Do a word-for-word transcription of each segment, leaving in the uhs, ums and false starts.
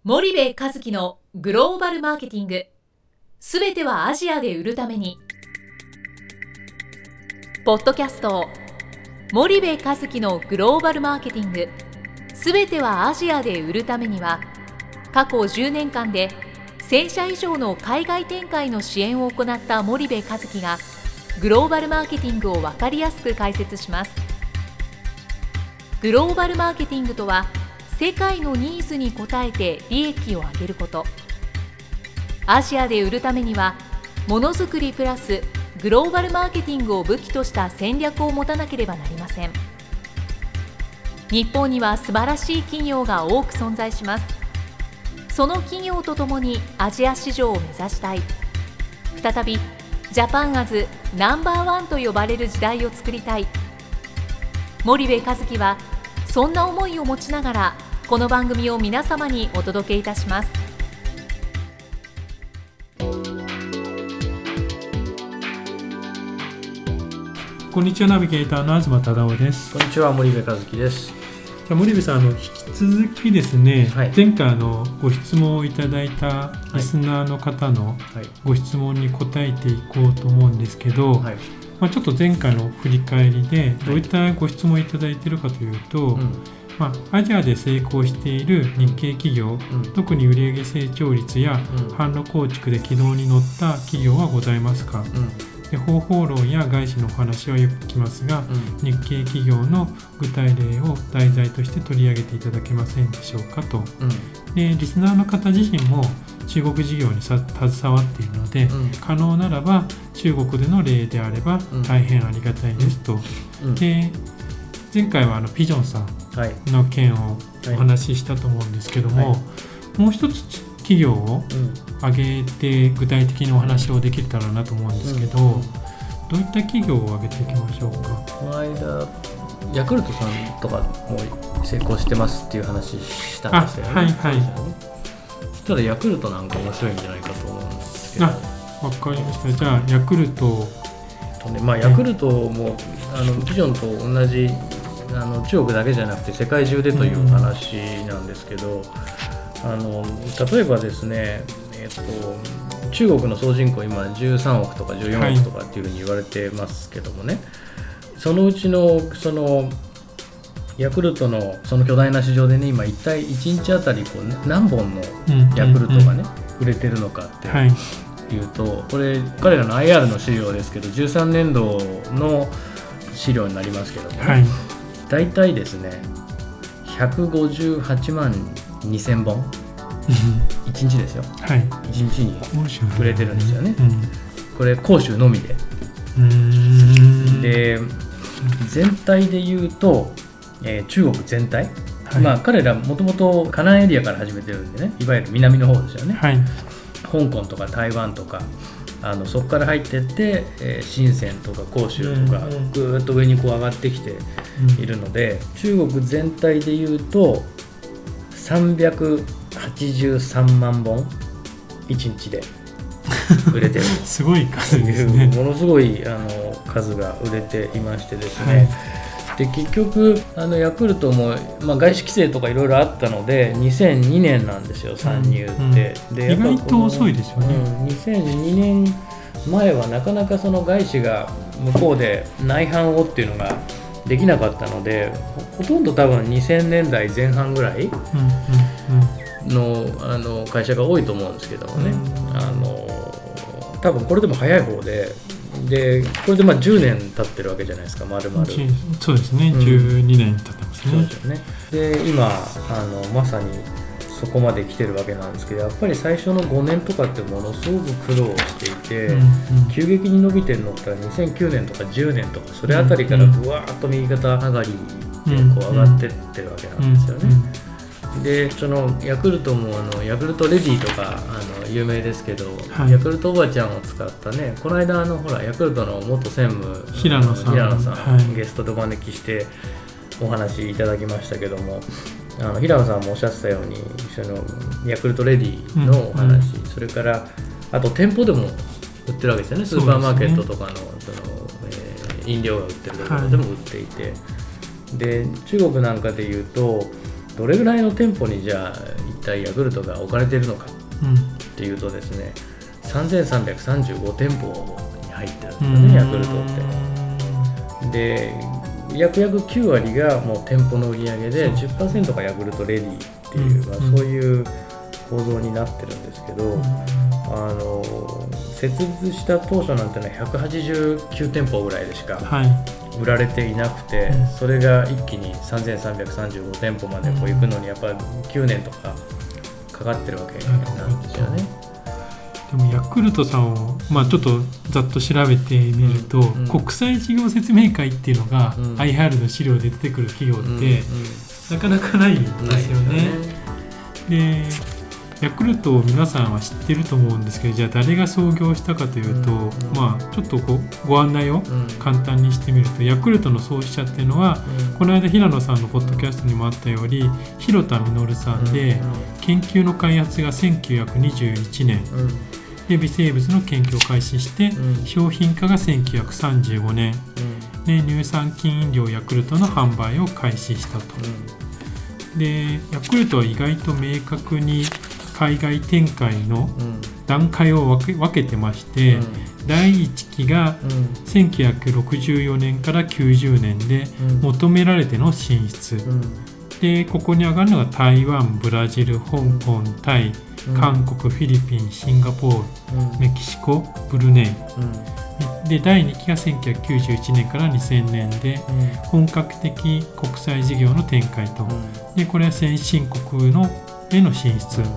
森部一樹のグローバルマーケティング、すべてはアジアで売るために。ポッドキャスト森部一樹のグローバルマーケティング、すべてはアジアで売るためには、過去じゅうねんかんでせんしゃ以上の海外展開の支援を行った森部一樹がグローバルマーケティングを分かりやすく解説します。グローバルマーケティングとは、世界のニーズに応えて利益を上げること。アジアで売るためには、ものづくりプラスグローバルマーケティングを武器とした戦略を持たなければなりません。日本には素晴らしい企業が多く存在します。その企業とともにアジア市場を目指したい。再びジャパンアズナンバーワンと呼ばれる時代を作りたい。森部一樹はそんな思いを持ちながら、この番組を皆様にお届けいたします。 こんにちは、ナビゲーターの東忠夫です。 こんにちは、森部一樹です。 じゃ森部さん、あの引き続きですね、はい、前回あのご質問をいただいたリスナーの方のご質問に答えていこうと思うんですけど、はい、まあ、ちょっと前回の振り返りでどういったご質問をいただいているかというと、はい、まあ、アジアで成功している日系企業、うん、特に売上成長率や販路構築で軌道に乗った企業はございますか、うん、で方法論や外資のお話はよく聞きますが、うん、日系企業の具体例を題材として取り上げていただけませんでしょうかと、うん、でリスナーの方自身も中国事業にさ携わっているので、うん、可能ならば中国での例であれば大変ありがたいですと、うん、で前回はあのピジョンさんの件をお話ししたと思うんですけども、はいはい、もう一つ企業を挙げて具体的にお話をできたらなと思うんですけど、うんうん、どういった企業を挙げていきましょうか。 この間ヤクルトさんとかも成功してますっていう話したんですよね。はいはい、そしたらヤクルトなんか面白いんじゃないかと思うんですけど。 あ、わかりました。じゃあヤクルトと、ね、まあ、ヤクルトもあのビジョンと同じあの中国だけじゃなくて世界中でという話なんですけど、うん、あの例えばですね、えっと、中国の総人口今じゅうさんおくとかじゅうよんおくとかっていうふうに言われてますけどもね、はい、そのうちのそのヤクルトのその巨大な市場でね、今一体いちにちあたりこう何本のヤクルトがね、うんうんうん、売れてるのかっていうと、はい、これ彼らの アイアール の資料ですけどじゅうさんねんどの資料になりますけども、ね、はい、だいたいですねひゃくごじゅうはちまんにせんぼんいちにちですよ、はい、いちにちに売れてるんですよね、うん、これ広州のみで、うーんで全体で言うと、えー、中国全体、はい、まあ、彼らもともと河南エリアから始めてるんでね、いわゆる南の方ですよね、はい、香港とか台湾とかあのそこから入っていって、えー、深センとか広州とかぐーっと上にこう上がってきているので、うん、中国全体で言うとさんびゃくはちじゅうさんまんぼんいちにちで売れてるすごい数ですね。 ものすごいあの数が売れていましてですね、はい、で結局あのヤクルトも、まあ、外資規制とかいろいろあったのでにせんにねんなんですよ、参入って、うんうん、 で意外と遅いですよね、 うん、にせんにねんまえはなかなかその外資が向こうで内販をっていうのができなかったので、ほとんど多分にせんねんだいぜん半ぐらいの、あの会社が多いと思うんですけどもね、あの多分これでも早い方で、でこれでまあじゅうねん経ってるわけじゃないですか、丸々。 そうですね、うん、じゅうにねん経ってますね。 そうですよね。で今あのまさにそこまで来てるわけなんですけど、やっぱり最初のごねんとかってものすごく苦労していて、うんうん、急激に伸びてるのってにせんきゅうねんとかじゅうねんとかそれあたりからぶわーっと右肩上がりでこう上がってってるわけなんですよね、うんうん、でそのヤクルトもあのヤクルトレディとかあの有名ですけど、はい、ヤクルトおばちゃんを使ったね、この間あのほらヤクルトの元専務平野さん、 平野さん、 はい、 ゲストでお招きしてお話いただきましたけども、あの平野さんもおっしゃってたようにそのヤクルトレディのお話、うんうん、それからあと店舗でも売ってるわけですよね、スーパーマーケットとかの、その、えー、飲料が売ってるところでも売っていて、はい、で中国なんかでいうとどれぐらいの店舗にじゃあ一体ヤクルトが置かれているのかっていうとですね、うん、さんぜんさんびゃくさんじゅうご店舗に入ってるんですよね、ヤクルトって。で約約きゅう割がもう店舗の売り上げで じゅっパーセント がヤクルトレディっていう、うんまあ、そういう構造になってるんですけど、うん、あの設立した当初なんてのはひゃくはちじゅうきゅう店舗ぐらいでしか売られていなくて、はい、それが一気にさんぜんさんびゃくさんじゅうご店舗までこう行くのにやっぱりきゅうねんとかかかってるわけなんですよね。 でもヤクルトさんを、まあ、ちょっとざっと調べてみると、うんうん、国際事業説明会っていうのが、うん、アイアール の資料で出てくる企業って、うんうん、なかなかないんですよね。でヤクルトを皆さんは知ってると思うんですけど、じゃあ誰が創業したかというと、うんうん、まあ、ちょっと ご, ご案内を簡単にしてみると、うん、ヤクルトの創始者っていうのは、うん、この間平野さんのポッドキャストにもあったように広田実さんで、うんうん、研究の開発がせんきゅうひゃくにじゅういちねん、うん、で微生物の研究を開始して、うん、商品化がせんきゅうひゃくさんじゅうごねん、うん、で乳酸菌飲料ヤクルトの販売を開始したと、うん、でヤクルトは意外と明確に海外展開の段階を分け、分けてまして、うん、だいいちきがせんきゅうひゃくろくじゅうよねんからきゅうじゅうねんで求められての進出、うん、でここに上がるのが台湾、ブラジル、香港、タイ、韓国、フィリピン、シンガポール、うん、メキシコ、ブルネイ、うん、でだいにきがせんきゅうひゃくきゅうじゅういちねんからにせんねんで本格的国際事業の展開と、うん、でこれは先進国のへの進出、うん、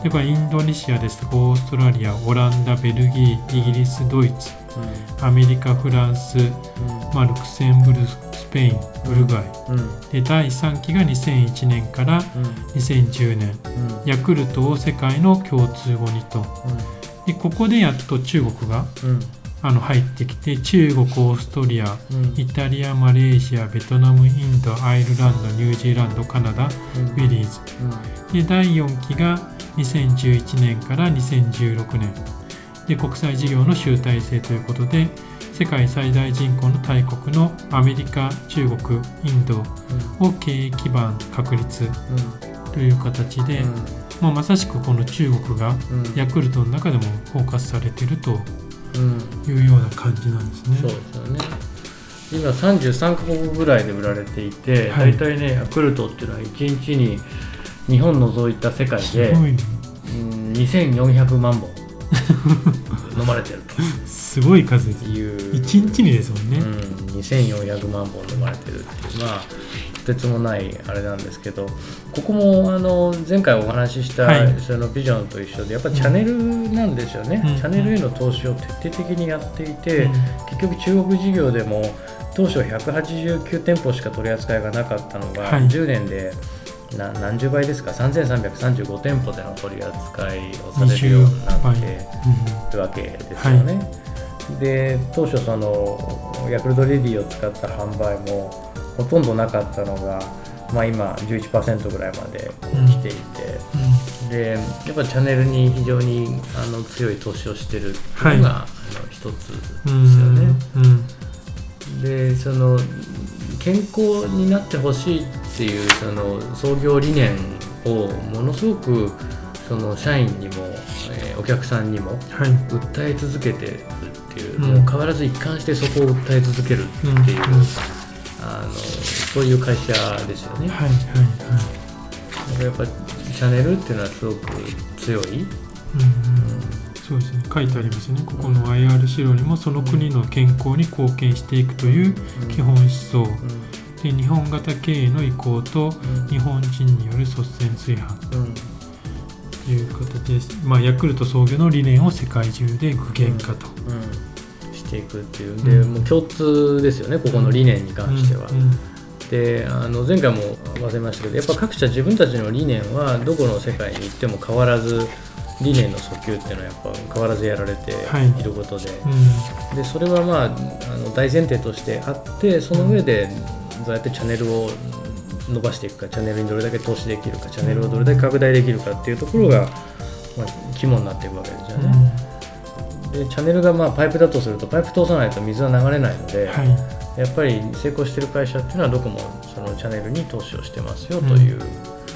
でこれインドネシアですとかオーストラリア、オランダ、ベルギー、イギリス、ドイツ、うん、アメリカ、フランス、うん、まあ、ルクセンブルク、スペイン、ウルグアイ、うん、でだいさんきがにせんいちねんからにせんじゅうねん、うん、ヤクルトを世界の共通語にと、うん、でここでやっと中国が、うん、あの入ってきて、中国、オーストリア、うん、イタリア、マレーシア、ベトナム、インド、アイルランド、ニュージーランド、カナダ、うん、ウェリーズ、うん、でだいよんきがにせんじゅういちねんからにせんじゅうろくねんで国際事業の集大成ということで、世界最大人口の大国のアメリカ、中国、インドを経営基盤確立という形で、うんまあ、まさしくこの中国がヤクルトの中でもフォーカスされているというような感じなんですね。 そうですよね。今さんじゅうさんカ国ぐらいで売られていて、はい、大体ねヤクルトっていうのはいちにちに日本除いた世界で、ね、うんにせんよんひゃくまんぼん飲まれてるとすごい数ですいういちにちにですもんね、 うん、にせんよんひゃくまんぼん飲まれてるっていう、まあとてつもないあれなんですけど、ここもあの前回お話しした、はい、そのビジョンと一緒でやっぱりチャンネルなんですよね、うん、チャンネルへの投資を徹底的にやっていて、うん、結局中国事業でも当初ひゃくはちじゅうきゅう店舗しか取り扱いがなかったのが、はい、じゅうねんでな何十倍ですか、さんぜんさんびゃくさんじゅうご店舗での取り扱いをされるようになっているわけですよね、はい、で当初そのヤクルトレディを使った販売もほとんどなかったのが、まあ、今 じゅういちパーセント ぐらいまで来ていて、うん、でやっぱりチャンネルに非常にあの強い投資をしているというのが、はい、あの一つですよね、うんうん、でその健康になってほしいっていうその創業理念をものすごくその社員にも、えー、お客さんにも訴え続けてるっていう、はい、もう変わらず一貫してそこを訴え続けるっていう、うんうん、あのそういう会社ですよね。はいはいはい、やっぱりチャンネルっていうのはすごく強い、うんうん、 そうですね、書いてありますね。ここの アイアール 資料にもその国の健康に貢献していくという基本思想、うんうん、で日本型経営の移行と日本人による率先垂範、うんという形です。まあ、ヤクルト創業の理念を世界中で具現化と、うんうん、していくっていうで、うん、もう共通ですよね、ここの理念に関しては、うんうん、であの前回も忘れましたけど、やっぱ各社自分たちの理念はどこの世界に行っても変わらず理念の訴求っていうのはやっぱ変わらずやられていることで、はいうん、でそれはまあ、あの大前提としてあって、その上でどうやってチャンネルを伸ばしていくか、チャンネルにどれだけ投資できるか、チャンネルをどれだけ拡大できるかっていうところが、まあ、肝になっていくわけですよね、うん、でチャンネルがまあパイプだとするとパイプ通さないと水は流れないので、はい、やっぱり成功している会社っていうのはどこもそのチャンネルに投資をしてますよという、うん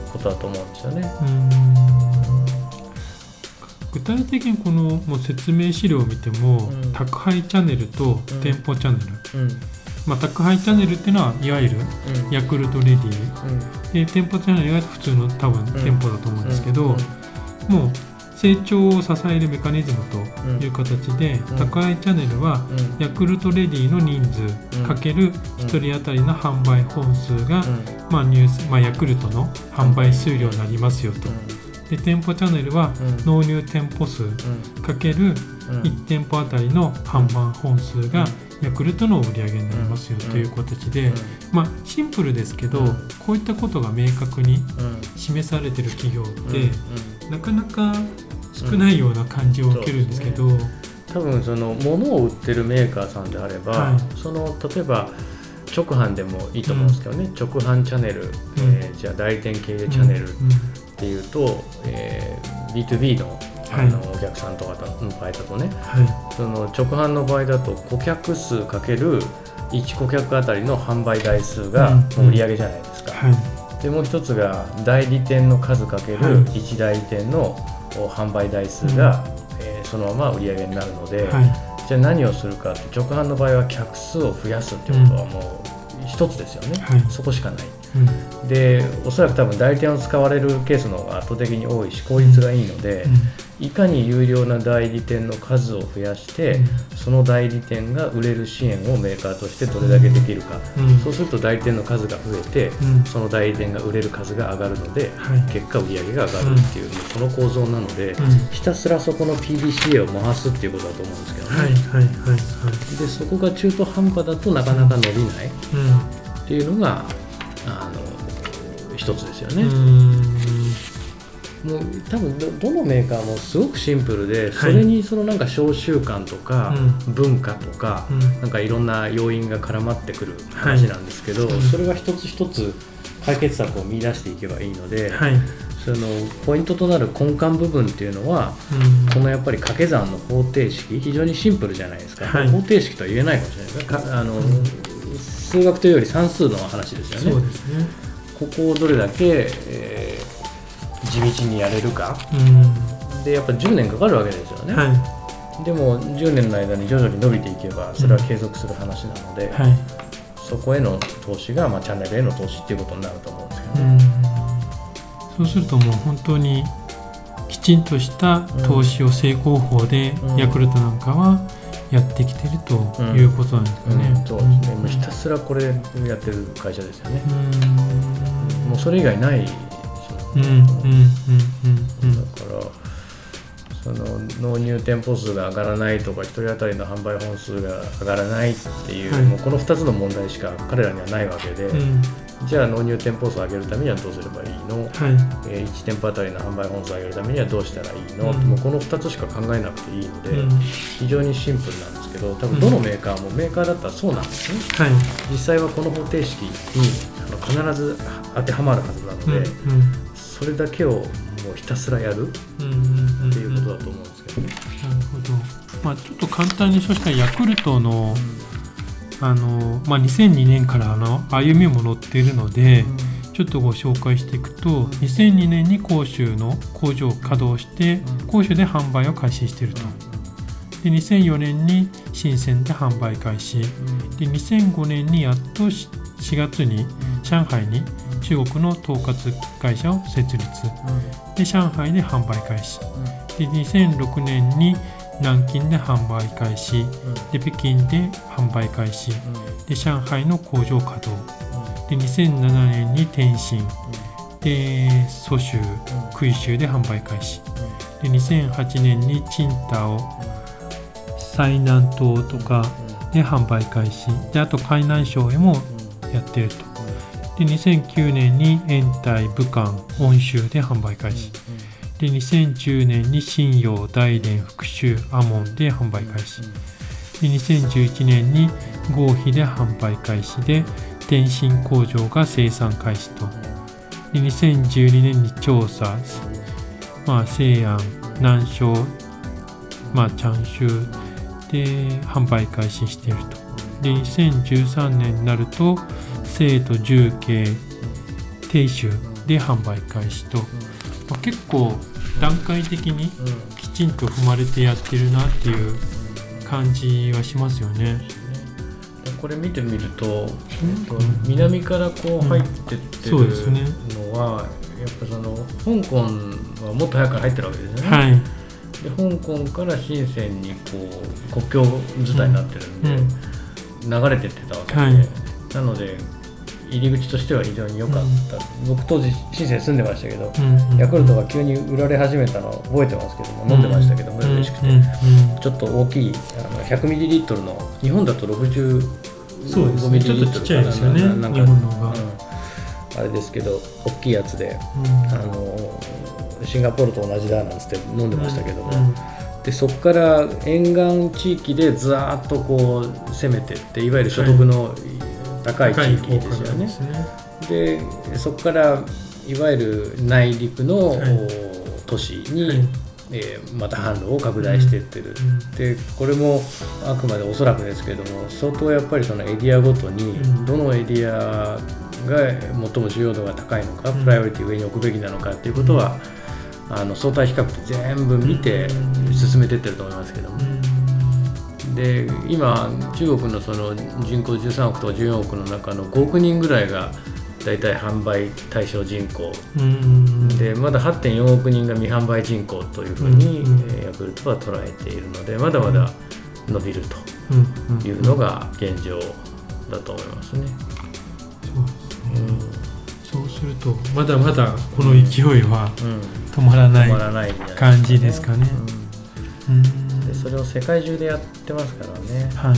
ことだと思うんですよね。 うん、具体的にこのもう説明資料を見ても、うん、宅配チャンネルと店舗チャンネル、うんまあ、宅配チャンネルっていうのはいわゆるヤクルトレディ、うん、で店舗チャンネルは普通の多分店舗だと思うんですけど、うんうん、もう成長を支えるメカニズムという形で、うん、宅配チャンネルはヤクルトレディの人数かけるひとり当たりの販売本数が、うんまあニュースまあ、ヤクルトの販売数量になりますよと。で店舗チャンネルは納入店舗数かけるいち店舗あたりの販売本数がヤクルトの売り上げになりますよという形で、まあ、シンプルですけどこういったことが明確に示されている企業ってなかなか少ないような感じを受けるんですけど、うん、 多分その物を売ってるメーカーさんであれば、はい、その例えば直販でもいいと思うんですけどね、うん、直販チャンネル、うんえー、じゃあ代理店経営チャンネルっていうと、うんえー、ビーツービー の, あのお客さんとかの場合だとね、はい、その直販の場合だと顧客数かけるいち顧客あたりの販売台数が売り上げじゃないですか、うんうんはい、でもう一つが代理店の数かけるいち代理店の販売台数が、うんえー、そのまま売り上げになるので、はい、じゃあ何をするかって直販の場合は客数を増やすっていうことはもう一つですよね、はい、そこしかない、うん、でおそらく多分代理店を使われるケースの方が圧倒的に多いし効率がいいので、うんうんいかに有料な代理店の数を増やして、うん、その代理店が売れる支援をメーカーとしてどれだけできるか、うん、そうすると代理店の数が増えて、うん、その代理店が売れる数が上がるので、はい、結果売り上げが上がるっていう、うん、その構造なので、うん、ひたすらそこの ピーディーシーエー を回すっていうことだと思うんですけどね、はいはいはいはい、でそこが中途半端だとなかなか伸びないっていうのがあの一つですよね。うんもう多分 ど, どのメーカーもすごくシンプルで、それにそのなんか商習慣とか文化とか、うん、なんかいろんな要因が絡まってくる話なんですけど、はい、それは一つ一つ解決策を見出していけばいいので、はい、そのポイントとなる根幹部分っていうのは、うん、このやっぱり掛け算の方程式非常にシンプルじゃないですか、はい、方程式とは言えないかもしれないですかあの、うん、数学というより算数の話ですよね。そうですね。ここをどれだけ、えー地道にやれるか、うん、でやっぱじゅうねんかかるわけですよね、はい、でもじゅうねんの間に徐々に伸びていけばそれは継続する話なので、うんはい、そこへの投資が、まあ、チャンネルへの投資っていうことになると思うんですけどね、 うん、そうするともう本当にきちんとした投資を成功法でヤクルトなんかはやってきてるということなんですかね、うんうん、 そうですね、もうひたすらこれやってる会社ですよね、うん、もうそれ以外ないうんうんうんうん、だからその納入店舗数が上がらないとかひとり当たりの販売本数が上がらないっていう、はい、もうこのふたつの問題しか彼らにはないわけで、うん、じゃあ納入店舗数を上げるためにはどうすればいいの、はいえー、いち店舗あたりの販売本数を上げるためにはどうしたらいいの、うん、もうこのふたつしか考えなくていいので、うん、非常にシンプルなんですけど多分どのメーカーもメーカーだったらそうなんですね、はい、実際はこの方程式にあの必ず当てはまるはずなので、うんうんそれだけをもうひたすらやるっていうことだと思うんですけどね。 なるほど。まあ、ちょっと簡単にそうしたヤクルトの、うんあのまあ、にせんにねんからの歩みも載っているので、うん、ちょっとご紹介していくと、うん、にせんにねんに広州の工場を稼働して、うん、広州で販売を開始していると。でにせんよねんに深センで販売開始、うん、でにせんごねんにやっとしがつに上海に中国の統括会社を設立、うん、で上海で販売開始、うん、でにせんろくねんに南京で販売開始、うん、で北京で販売開始、うん、で上海の工場稼働、うん、でにせんななねんに天津、うん、で蘇州、うん、杭州で販売開始、うん、でにせんはちねんに青島、最南東とかで販売開始であと海南省へもやっていると。でにせんきゅうねんに延泰、武漢、温州で販売開始、でにせんじゅうねんに信陽、大連、福州、阿門で販売開始、でにせんじゅういちねんに合肥で販売開始で天津工場が生産開始と。でにせんじゅうにねんに調査、まあ、西安、南昌、まあ、長州で販売開始していると。でにせんじゅうさんねんになると成都、重慶、鄭州で販売開始と、うんまあ、結構段階的にきちんと踏まれてやってるなっていう感じはしますよね。 これ見てみると、うん、南からこう入ってってるのは、やっぱその香港はもっと早く入ってるわけですよね。はい、で香港から深センにこう国境伝いになってるんで、うん、流れてってたわけで、はい、なので入り口としては非常に良かった、うん、僕当時深セン住んでましたけど、うん、ヤクルトが急に売られ始めたのを覚えてますけども、うん、飲んでましたけども、うん、嬉しくて、うん、ちょっと大きいあの ひゃくミリリットル の日本だとろくじゅうそうですね、ちょっとちっちゃいですよね、 なんか日本のが、うん、あれですけど大きいやつで、うん、あのシンガポールと同じだなんつって飲んでましたけども、うんうん、でそこから沿岸地域でずーっとこう攻めていって、いわゆる所得の高い地域ですよね。はい、で, でそこからいわゆる内陸の、はい、都市に、はいえー、また販路を拡大していってる、うん、でこれもあくまでおそらくですけれども、相当やっぱりそのエリアごとにどのエリアが最も重要度が高いのか、うん、プライオリティ上に置くべきなのかっていうことは、うん、あの相対比較で全部見て進めていってると思いますけども、うん、で今中国のその人口じゅうさんおくとかじゅうよんおくの中のごおくにんぐらいがだいたい販売対象人口、うん、でまだ はってんよんおくにんが未販売人口というふうに、うん、ヤクルトは捉えているので、まだまだ伸びるというのが現状だと思いますね。 そうですね、うん、そうするとまだまだこの勢いは止まらない感じですかね。 うんうん、でそれを世界中でやってますからね。はい、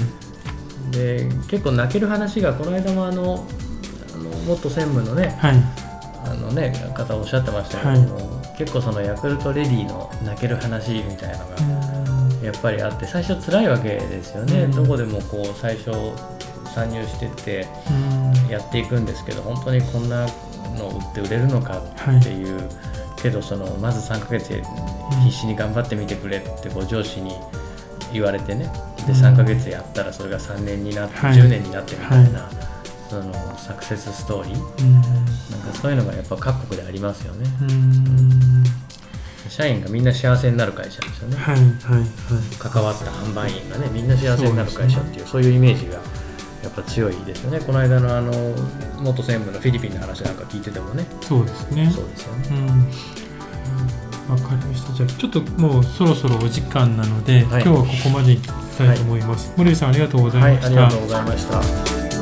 で結構泣ける話がこの間もあの元専務のね、はい、あのね方おっしゃってましたけども、はい、結構そのヤクルトレディの泣ける話みたいなのがやっぱりあって、最初辛いわけですよね。どこでもこう最初参入してってやっていくんですけど、本当にこんなの売って売れるのかっていう、はい、けどそのまずさんかげつ必死に頑張ってみてくれってこう上司に言われてね、でさんかげつやったらそれがさんねんになって、はい、じゅうねんになってみたいな、はい、そのサクセスストーリー、うん、なんかそういうのがやっぱ各国でありますよね。うん、社員がみんな幸せになる会社ですよね。はいはいはい、関わった販売員がねみんな幸せになる会社っていう、そういうイメージがやっぱ強いですよね。この間のあの元専務のフィリピンの話なんか聞いててもね。 そうですね。 そうですよね。 わ、うん、かりました。じゃあちょっともうそろそろお時間なので、はい、今日はここまでいきたいと思います。はい、森部さんありがとうございました。はい、ありがとうございました。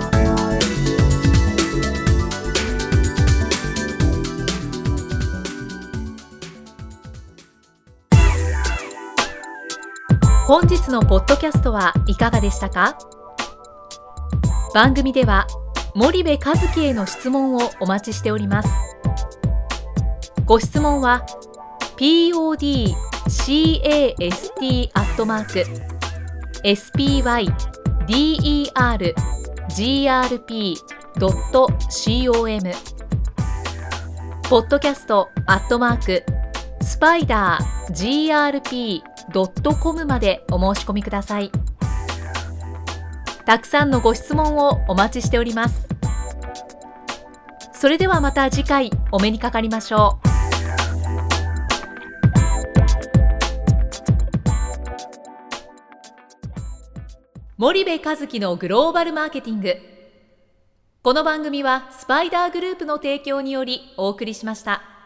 本日のポッドキャストはいかがでしたか？番組では森部一樹への質問をお待ちしております。ご質問は ピーオーディーキャスト アットマーク エスピーワイディーイーアールジーアールピードットコム ポッドキャストアットマークスパイダー ジーアールピードットコム までお申し込みください。たくさんのご質問をお待ちしております。それではまた次回お目にかかりましょう。森部一樹のグローバルマーケティング。この番組はスパイダーグループの提供によりお送りしました。